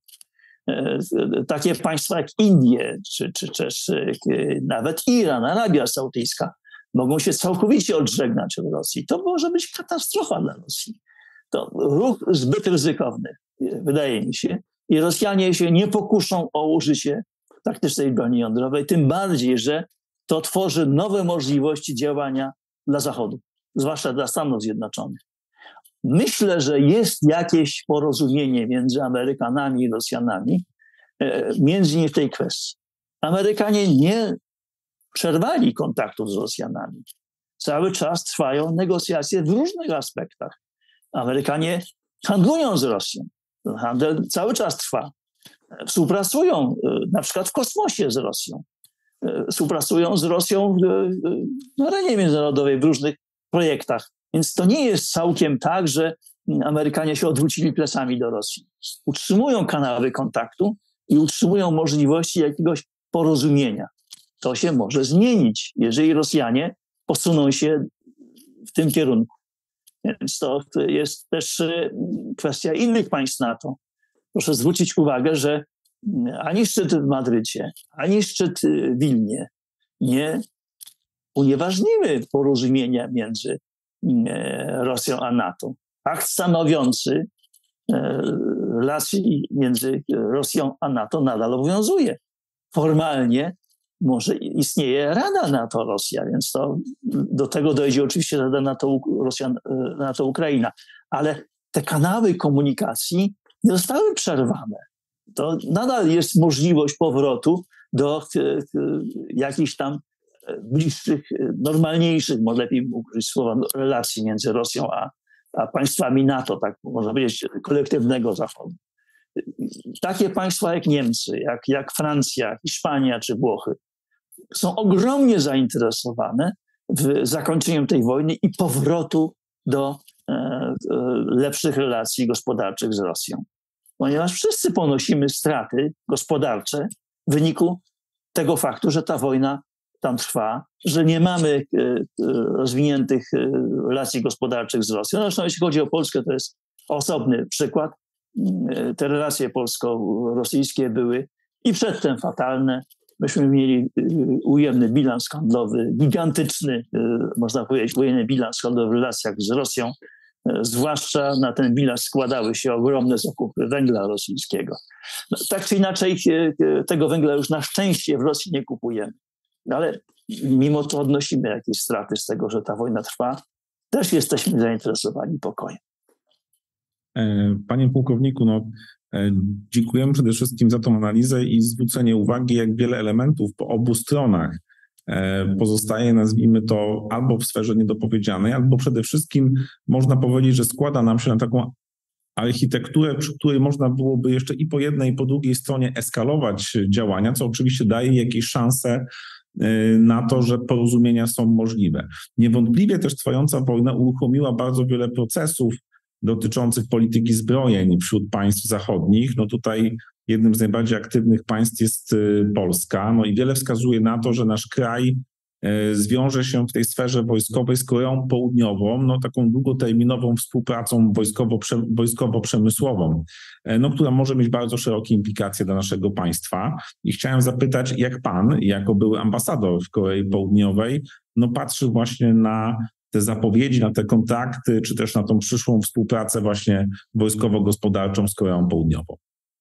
Takie państwa jak Indie, czy, czy też nawet Iran, Arabia Saudyjska mogą się całkowicie odżegnać od Rosji. To może być katastrofa dla Rosji. To ruch zbyt ryzykowny, wydaje mi się. I Rosjanie się nie pokuszą o użycie taktycznej broni jądrowej, tym bardziej, że to tworzy nowe możliwości działania dla Zachodu, zwłaszcza dla Stanów Zjednoczonych. Myślę, że jest jakieś porozumienie między Amerykanami i Rosjanami, między innymi w tej kwestii. Amerykanie nie przerwali kontaktów z Rosjanami. Cały czas trwają negocjacje w różnych aspektach. Amerykanie handlują z Rosją. Ten handel cały czas trwa. Współpracują na przykład w kosmosie z Rosją. Współpracują z Rosją na arenie międzynarodowej w różnych projektach. Więc to nie jest całkiem tak, że Amerykanie się odwrócili plecami do Rosji. Utrzymują kanały kontaktu i utrzymują możliwości jakiegoś porozumienia. To się może zmienić, jeżeli Rosjanie posuną się w tym kierunku. Więc to jest też kwestia innych państw NATO. Proszę zwrócić uwagę, że ani szczyt w Madrycie, ani szczyt w Wilnie nie unieważniły porozumienia między Rosją a NATO. Akt stanowiący relacji między Rosją a NATO nadal obowiązuje. Formalnie może istnieje Rada NATO-Rosja, więc to, do tego dojdzie oczywiście Rada NATO, Rosja, NATO-Ukraina. Ale te kanały komunikacji nie zostały przerwane. To nadal jest możliwość powrotu do jakichś tam bliższych, normalniejszych, może lepiej użyć słowa, relacji między Rosją a, a państwami NATO, tak można powiedzieć, kolektywnego Zachodu. Takie państwa jak Niemcy, jak, jak Francja, Hiszpania czy Włochy są ogromnie zainteresowane w zakończeniem tej wojny i powrotu do e, e, lepszych relacji gospodarczych z Rosją. Ponieważ wszyscy ponosimy straty gospodarcze w wyniku tego faktu, że ta wojna tam trwa, że nie mamy rozwiniętych relacji gospodarczych z Rosją. Zresztą jeśli chodzi o Polskę, to jest osobny przykład. Te relacje polsko-rosyjskie były i przedtem fatalne. Myśmy mieli ujemny bilans handlowy, gigantyczny, można powiedzieć, ujemny bilans handlowy w relacjach z Rosją. Zwłaszcza na ten bilans składały się ogromne zakupy węgla rosyjskiego. No, tak czy inaczej tego węgla już na szczęście w Rosji nie kupujemy. Ale mimo to odnosimy jakieś straty z tego, że ta wojna trwa. Też jesteśmy zainteresowani pokojem. Panie pułkowniku, no, dziękujemy przede wszystkim za tą analizę i zwrócenie uwagi, jak wiele elementów po obu stronach pozostaje, nazwijmy to, albo w sferze niedopowiedzianej, albo przede wszystkim można powiedzieć, że składa nam się na taką architekturę, przy której można byłoby jeszcze i po jednej, i po drugiej stronie eskalować działania, co oczywiście daje jakieś szanse na to, że porozumienia są możliwe. Niewątpliwie też trwająca wojna uruchomiła bardzo wiele procesów dotyczących polityki zbrojeń wśród państw zachodnich. No tutaj jednym z najbardziej aktywnych państw jest Polska. No i wiele wskazuje na to, że nasz kraj zwiąże się w tej sferze wojskowej z Koreą Południową, no taką długoterminową współpracą wojskowo, wojskowo-przemysłową, no, która może mieć bardzo szerokie implikacje dla naszego państwa. I chciałem zapytać, jak pan, jako były ambasador w Korei Południowej, no patrzy właśnie na te zapowiedzi, na te kontakty, czy też na tą przyszłą współpracę właśnie wojskowo-gospodarczą z Koreą Południową?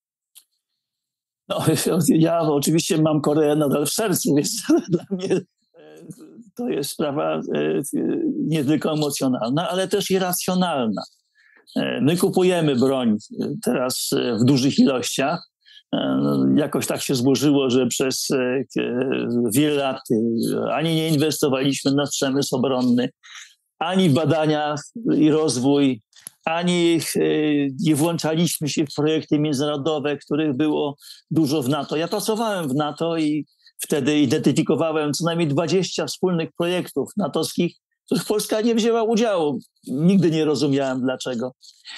No, ja oczywiście mam Koreę nadal w sercu, więc dla mnie to jest sprawa nie tylko emocjonalna, ale też i racjonalna. My kupujemy broń teraz w dużych ilościach. Jakoś tak się złożyło, że przez wiele lat ani nie inwestowaliśmy na przemysł obronny, ani badania i rozwój, ani nie włączaliśmy się w projekty międzynarodowe, których było dużo w NATO. Ja pracowałem w NATO i wtedy identyfikowałem co najmniej dwadzieścia wspólnych projektów natowskich, w których Polska nie wzięła udziału. Nigdy nie rozumiałem dlaczego.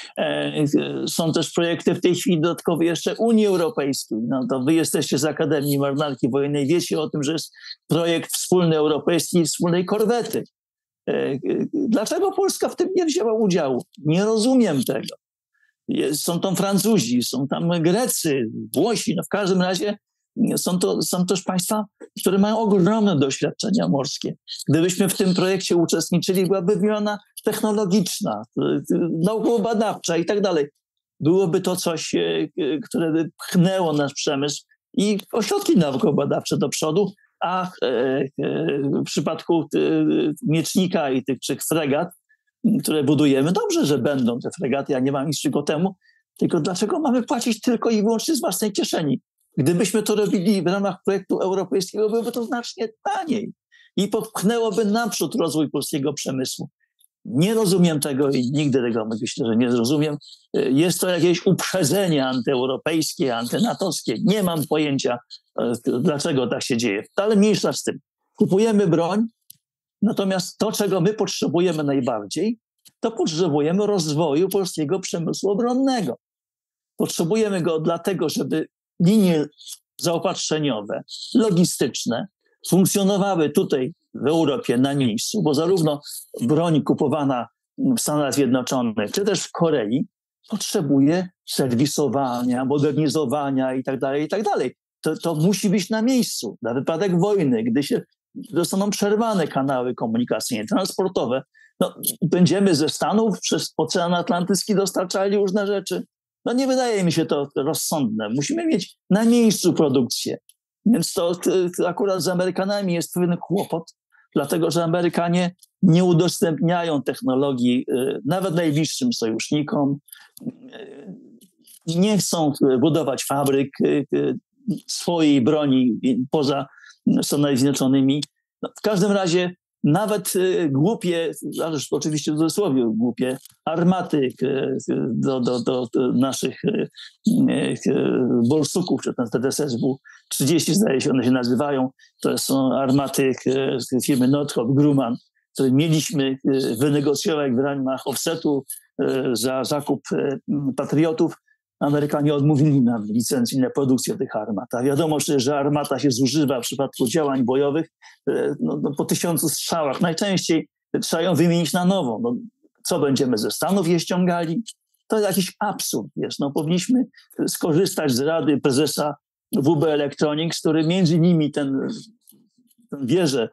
Są też projekty w tej chwili dodatkowe jeszcze Unii Europejskiej. No to wy jesteście z Akademii Marynarki Wojennej, wiecie o tym, że jest projekt wspólny europejski i wspólnej korwety. Dlaczego Polska w tym nie wzięła udziału? Nie rozumiem tego. Są tam Francuzi, są tam Grecy, Włosi, no w każdym razie są to są też państwa, które mają ogromne doświadczenia morskie. Gdybyśmy w tym projekcie uczestniczyli, byłaby wymiana technologiczna, naukowo-badawcza i tak dalej. Byłoby to coś, które by pchnęło nasz przemysł i ośrodki naukowo-badawcze do przodu, a w przypadku miecznika i tych trzech fregat, które budujemy, dobrze, że będą te fregaty, ja nie mam nic przeciwko temu, tylko dlaczego mamy płacić tylko i wyłącznie z własnej kieszeni? Gdybyśmy to robili w ramach projektu europejskiego, byłoby to znacznie taniej i popchnęłoby naprzód rozwój polskiego przemysłu. Nie rozumiem tego i nigdy tego myślę, że nie zrozumiem. Jest to jakieś uprzedzenie antyeuropejskie, antynatowskie. Nie mam pojęcia, dlaczego tak się dzieje. Ale mniejsza z tym. Kupujemy broń, natomiast to, czego my potrzebujemy najbardziej, to potrzebujemy rozwoju polskiego przemysłu obronnego. Potrzebujemy go dlatego, żeby linie zaopatrzeniowe, logistyczne funkcjonowały tutaj w Europie na miejscu, bo zarówno broń kupowana w Stanach Zjednoczonych, czy też w Korei potrzebuje serwisowania, modernizowania i tak dalej, i tak dalej. To, to musi być na miejscu. Na wypadek wojny, gdy się zostaną przerwane kanały komunikacyjne, transportowe, no, będziemy ze Stanów przez Ocean Atlantycki dostarczali różne rzeczy. No nie wydaje mi się to rozsądne. Musimy mieć na miejscu produkcję. Więc to, to akurat z Amerykanami jest pewien kłopot, dlatego że Amerykanie nie udostępniają technologii nawet najbliższym sojusznikom. Nie chcą budować fabryk swojej broni poza Stanami Zjednoczonymi. No, w każdym razie nawet głupie, ależ oczywiście w cudzysłowie głupie, armaty do, do, do naszych bolsuków, czy ten T D S W trzydzieści, zdaje się, one się nazywają. To są armaty firmy Northrop Grumman, które mieliśmy wynegocjować w ramach offsetu za zakup patriotów. Amerykanie odmówili nam licencji na produkcję tych armat. A wiadomo, że armata się zużywa w przypadku działań bojowych no, no, po tysiącu strzałach. Najczęściej trzeba ją wymienić na nową. No, co będziemy ze Stanów je ściągali? To jest jakiś absurd. Wiesz? No, powinniśmy skorzystać z rady prezesa W B Electronics, który między innymi ten, ten wieżę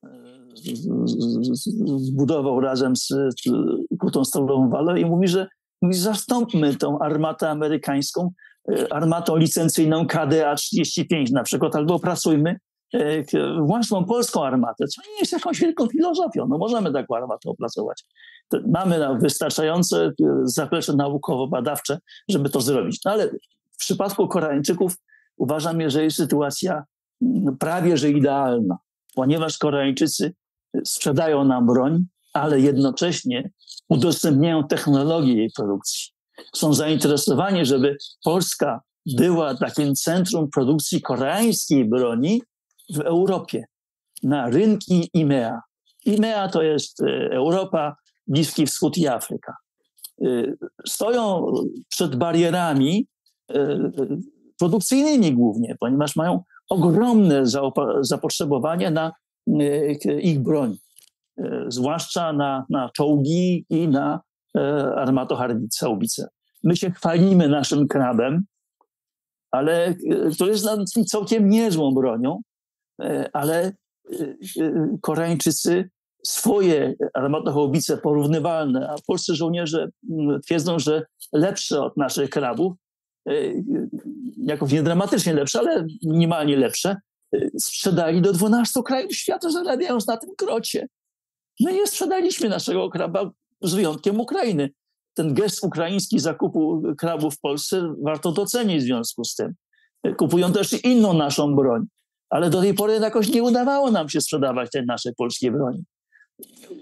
zbudował razem z Kutą Stalową Walą i mówi, że zastąpmy tą armatę amerykańską armatą licencyjną K D A trzydzieści pięć na przykład, albo opracujmy własną polską armatę, co nie jest jakąś wielką filozofią. No możemy taką armatę opracować. To mamy wystarczające zaplecze naukowo-badawcze, żeby to zrobić. No ale w przypadku Koreańczyków uważam, że jest sytuacja prawie że idealna, ponieważ Koreańczycy sprzedają nam broń, ale jednocześnie udostępniają technologię jej produkcji. Są zainteresowani, żeby Polska była takim centrum produkcji koreańskiej broni w Europie, na rynki I M E A. I M E A to jest Europa, Bliski Wschód i Afryka. Stoją przed barierami produkcyjnymi głównie, ponieważ mają ogromne zapotrzebowanie na ich broń. Zwłaszcza na, na czołgi i na e, armatohaubice. My się chwalimy naszym krabem, ale e, to jest całkiem niezłą bronią, e, ale e, Koreańczycy swoje armatohaubice porównywalne, a polscy żołnierze twierdzą, że lepsze od naszych krabów, e, jakoś nie dramatycznie lepsze, ale minimalnie lepsze, e, sprzedali do dwunastu krajów świata, zarabiając na tym krocie. My nie sprzedaliśmy naszego kraba z wyjątkiem Ukrainy. Ten gest ukraiński zakupu krabów w Polsce warto docenić w związku z tym. Kupują też inną naszą broń, ale do tej pory jakoś nie udawało nam się sprzedawać tej naszej polskiej broni.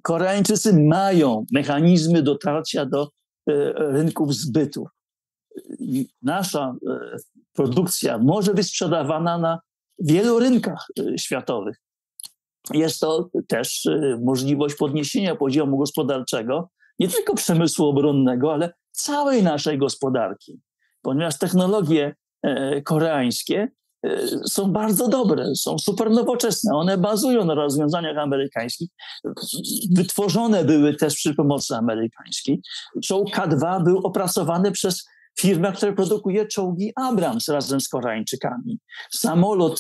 Koreańczycy mają mechanizmy dotarcia do rynków zbytu. Nasza produkcja może być sprzedawana na wielu rynkach światowych. Jest to też możliwość podniesienia poziomu gospodarczego, nie tylko przemysłu obronnego, ale całej naszej gospodarki. Ponieważ technologie koreańskie są bardzo dobre, są super nowoczesne. One bazują na rozwiązaniach amerykańskich. Wytworzone były też przy pomocy amerykańskiej. Czołg K dwa był opracowany przez firmę, która produkuje czołgi Abrams razem z Koreańczykami. Samolot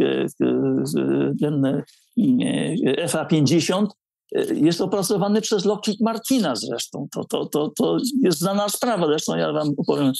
ten F A pięćdziesiąt jest opracowany przez Lockheed Martina zresztą. To, to, to, to jest znana sprawa. Zresztą ja wam opowiem,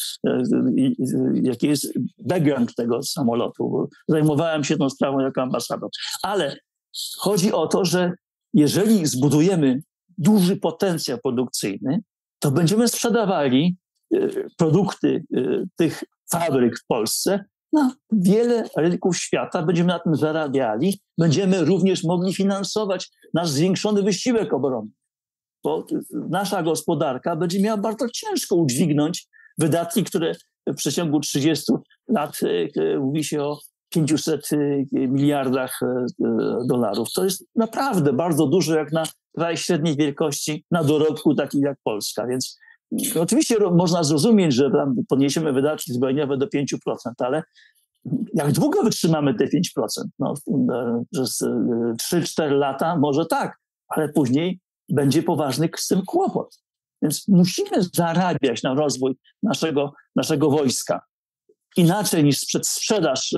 jaki jest background tego samolotu, bo zajmowałem się tą sprawą jako ambasador. Ale chodzi o to, że jeżeli zbudujemy duży potencjał produkcyjny, to będziemy sprzedawali produkty tych fabryk w Polsce na wiele rynków świata, będziemy na tym zarabiali, będziemy również mogli finansować nasz zwiększony wysiłek obronny, bo nasza gospodarka będzie miała bardzo ciężko udźwignąć wydatki, które w przeciągu trzydziestu lat mówi się o pięciuset miliardach dolarów. To jest naprawdę bardzo dużo jak na kraj średniej wielkości, na dorobku taki jak Polska, więc oczywiście można zrozumieć, że podniesiemy wydatki zbrojeniowe do pięć procent, ale jak długo wytrzymamy te pięć procent? No, przez trzy cztery lata może tak, ale później będzie poważny z tym kłopot. Więc musimy zarabiać na rozwój naszego, naszego wojska. Inaczej niż przez sprzedaż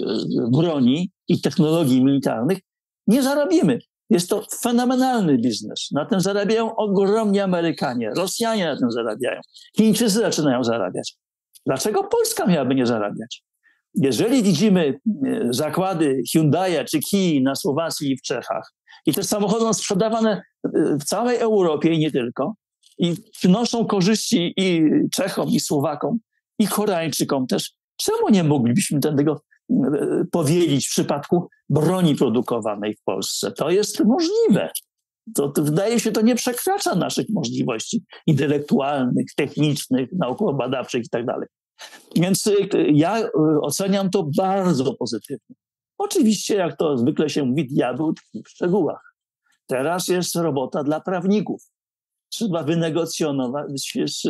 broni i technologii militarnych nie zarobimy. Jest to fenomenalny biznes. Na tym zarabiają ogromnie Amerykanie. Rosjanie na tym zarabiają. Chińczycy zaczynają zarabiać. Dlaczego Polska miałaby nie zarabiać? Jeżeli widzimy zakłady Hyundai'a czy Kii na Słowacji i w Czechach i te samochody są sprzedawane w całej Europie i nie tylko i przynoszą korzyści i Czechom, i Słowakom, i Koreańczykom też, czemu nie moglibyśmy tego powielić w przypadku broni produkowanej w Polsce? To jest możliwe. To, to wydaje się, to nie przekracza naszych możliwości intelektualnych, technicznych, naukowo-badawczych i tak dalej. Więc ja oceniam to bardzo pozytywnie. Oczywiście, jak to zwykle się mówi, diabeł tkwi w szczegółach. Teraz jest robota dla prawników. Trzeba wynegocjonować z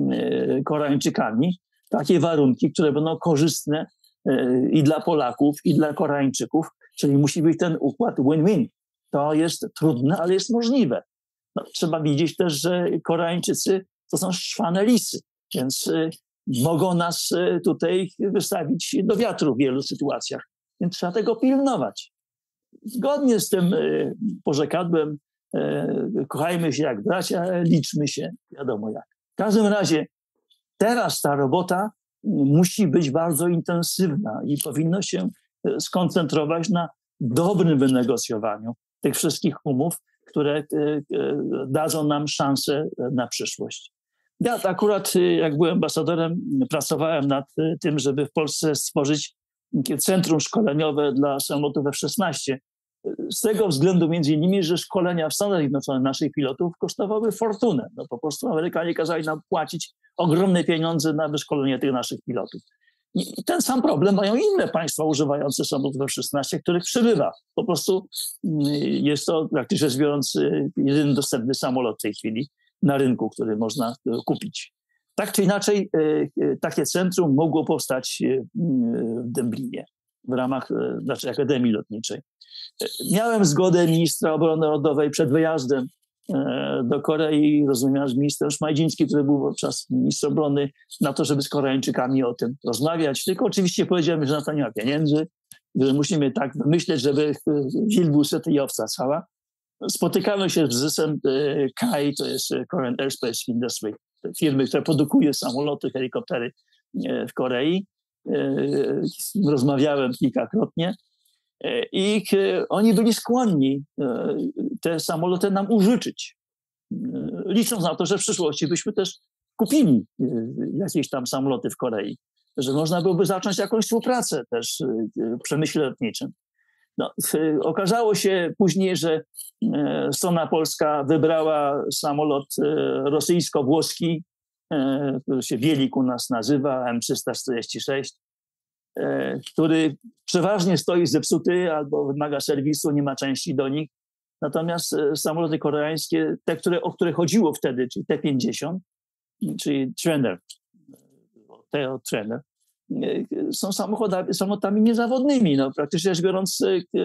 Koreańczykami takie warunki, które będą korzystne i dla Polaków, i dla Koreańczyków, czyli musi być ten układ win-win. To jest trudne, ale jest możliwe. No, trzeba widzieć też, że Koreańczycy to są szczwane lisy, więc y, mogą nas y, tutaj wystawić do wiatru w wielu sytuacjach, więc trzeba tego pilnować. Zgodnie z tym y, porzekadłem, y, kochajmy się jak bracia, liczmy się, wiadomo jak. W każdym razie teraz ta robota musi być bardzo intensywna i powinno się skoncentrować na dobrym wynegocjowaniu tych wszystkich umów, które dadzą nam szansę na przyszłość. Ja akurat, jak byłem ambasadorem, pracowałem nad tym, żeby w Polsce stworzyć centrum szkoleniowe dla samolotów F szesnaście. Z tego względu między innymi, że szkolenia w Stanach Zjednoczonych naszych pilotów kosztowały fortunę. No po prostu Amerykanie kazali nam płacić ogromne pieniądze na wyszkolenie tych naszych pilotów. I ten sam problem mają inne państwa używające samolotów F szesnaście, których przybywa. Po prostu jest to, praktycznie rzecz biorąc, jedyny dostępny samolot w tej chwili na rynku, który można kupić. Tak czy inaczej, takie centrum mogło powstać w Dęblinie w ramach naszej Akademii Lotniczej. Miałem zgodę ministra obrony narodowej przed wyjazdem do Korei, rozumiem, z ministrem Szmajdzińskim, który był wówczas minister obrony, na to, żeby z Koreańczykami o tym rozmawiać. Tylko oczywiście powiedziałem, że na to nie ma pieniędzy, że musimy tak myśleć, żeby wilk był syty i owca cała. Spotykamy się z zysem K A I, to jest Korean Aerospace Industry, firmy, która produkuje samoloty, helikoptery w Korei. Z nim rozmawiałem kilkakrotnie. I oni byli skłonni te samoloty nam użyczyć, licząc na to, że w przyszłości byśmy też kupili jakieś tam samoloty w Korei, że można byłoby zacząć jakąś współpracę też w przemyśle lotniczym. No, okazało się później, że strona polska wybrała samolot rosyjsko-włoski, który się Wielik u nas nazywa, M trzysta czterdzieści sześć, który przeważnie stoi zepsuty albo wymaga serwisu, nie ma części do nich. Natomiast samoloty koreańskie, te, które, o które chodziło wtedy, czyli T pięćdziesiąt, czyli Trainer, Teo Trainer, są samochodami, samolotami niezawodnymi. No, praktycznie rzecz biorąc,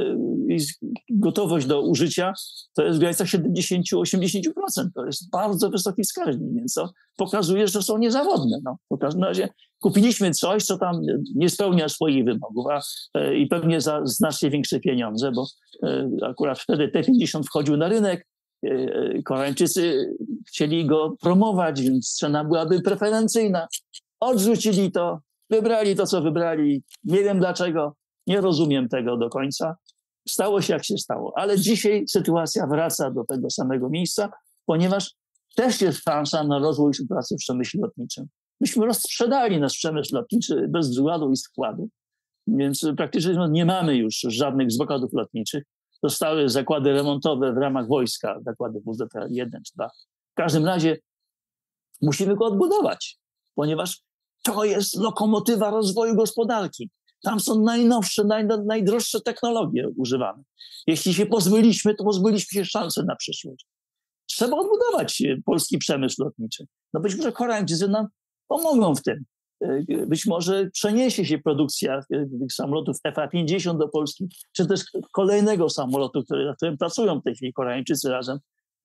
gotowość do użycia to jest w granicach siedemdziesiąt do osiemdziesięciu procent. To jest bardzo wysoki wskaźnik, więc to pokazuje, że są niezawodne. No, w każdym razie kupiliśmy coś, co tam nie spełnia swoich wymogów, a, i pewnie za znacznie większe pieniądze, bo akurat wtedy T pięćdziesiąt wchodził na rynek, Koreańczycy chcieli go promować, więc cena byłaby preferencyjna. Odrzucili to, wybrali to, co wybrali. Nie wiem dlaczego, nie rozumiem tego do końca. Stało się, jak się stało. Ale dzisiaj sytuacja wraca do tego samego miejsca, ponieważ też jest szansa na rozwój współpracy w przemyśle lotniczym. Myśmy rozsprzedali nasz przemysł lotniczy bez względu i składu, więc praktycznie nie mamy już żadnych zakładów lotniczych. Zostały zakłady remontowe w ramach wojska, zakłady W Z L jeden czy dwa. W każdym razie musimy go odbudować, ponieważ to jest lokomotywa rozwoju gospodarki. Tam są najnowsze, naj, najdroższe technologie używane. Jeśli się pozbyliśmy, to pozbyliśmy się szansy na przyszłość. Trzeba odbudować polski przemysł lotniczy. No być może Koreańczycy nam pomogą w tym. Być może przeniesie się produkcja tych samolotów F A pięćdziesiąt do Polski, czy też kolejnego samolotu, który, na którym pracują w tej chwili Koreańczycy razem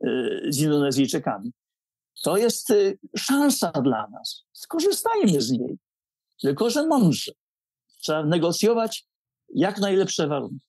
z Indonezyjczykami. To jest szansa dla nas. Skorzystajmy z niej. Tylko że mądrze. Trzeba negocjować jak najlepsze warunki.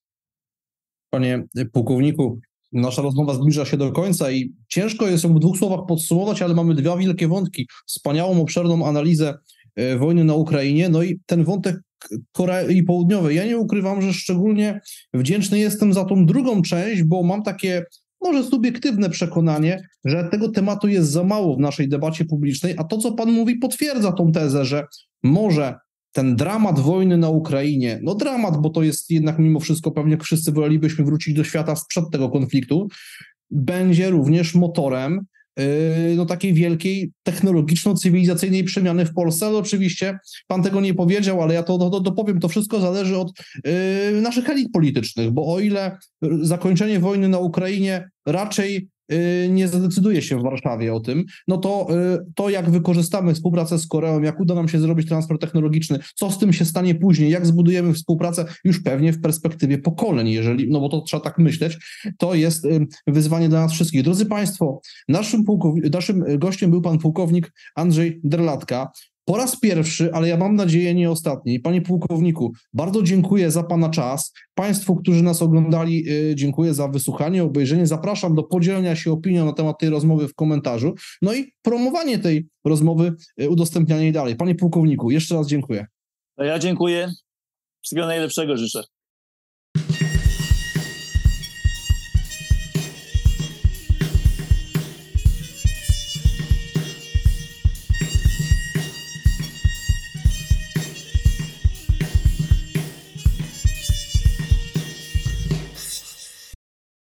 Panie pułkowniku, nasza rozmowa zbliża się do końca i ciężko jest ją w dwóch słowach podsumować, ale mamy dwa wielkie wątki. Wspaniałą, obszerną analizę wojny na Ukrainie, no i ten wątek Korei Południowej. Ja nie ukrywam, że szczególnie wdzięczny jestem za tą drugą część, bo mam takie może subiektywne przekonanie, że tego tematu jest za mało w naszej debacie publicznej, a to, co pan mówi, potwierdza tą tezę, że może ten dramat wojny na Ukrainie, no dramat, bo to jest jednak mimo wszystko, pewnie wszyscy wolelibyśmy wrócić do świata sprzed tego konfliktu, będzie również motorem no takiej wielkiej technologiczno-cywilizacyjnej przemiany w Polsce, ale oczywiście pan tego nie powiedział, ale ja to, to, to powiem, to wszystko zależy od y, naszych elit politycznych, bo o ile zakończenie wojny na Ukrainie raczej y, nie zadecyduje się w Warszawie o tym, no to y, to jak wykorzystamy współpracę z Koreą, jak uda nam się zrobić transfer technologiczny, co z tym się stanie później, jak zbudujemy współpracę już pewnie w perspektywie pokoleń, jeżeli, no bo to trzeba tak myśleć, to jest y, wyzwanie dla nas wszystkich. Drodzy Państwo, naszym, pułkow- naszym gościem był pan pułkownik Andrzej Derlatka. Po raz pierwszy, ale ja mam nadzieję nie ostatni. Panie pułkowniku, bardzo dziękuję za pana czas. Państwu, którzy nas oglądali, dziękuję za wysłuchanie, obejrzenie. Zapraszam do podzielenia się opinią na temat tej rozmowy w komentarzu. No i promowanie tej rozmowy, udostępnianie jej dalej. Panie pułkowniku, jeszcze raz dziękuję. Ja dziękuję. Wszystkiego najlepszego życzę.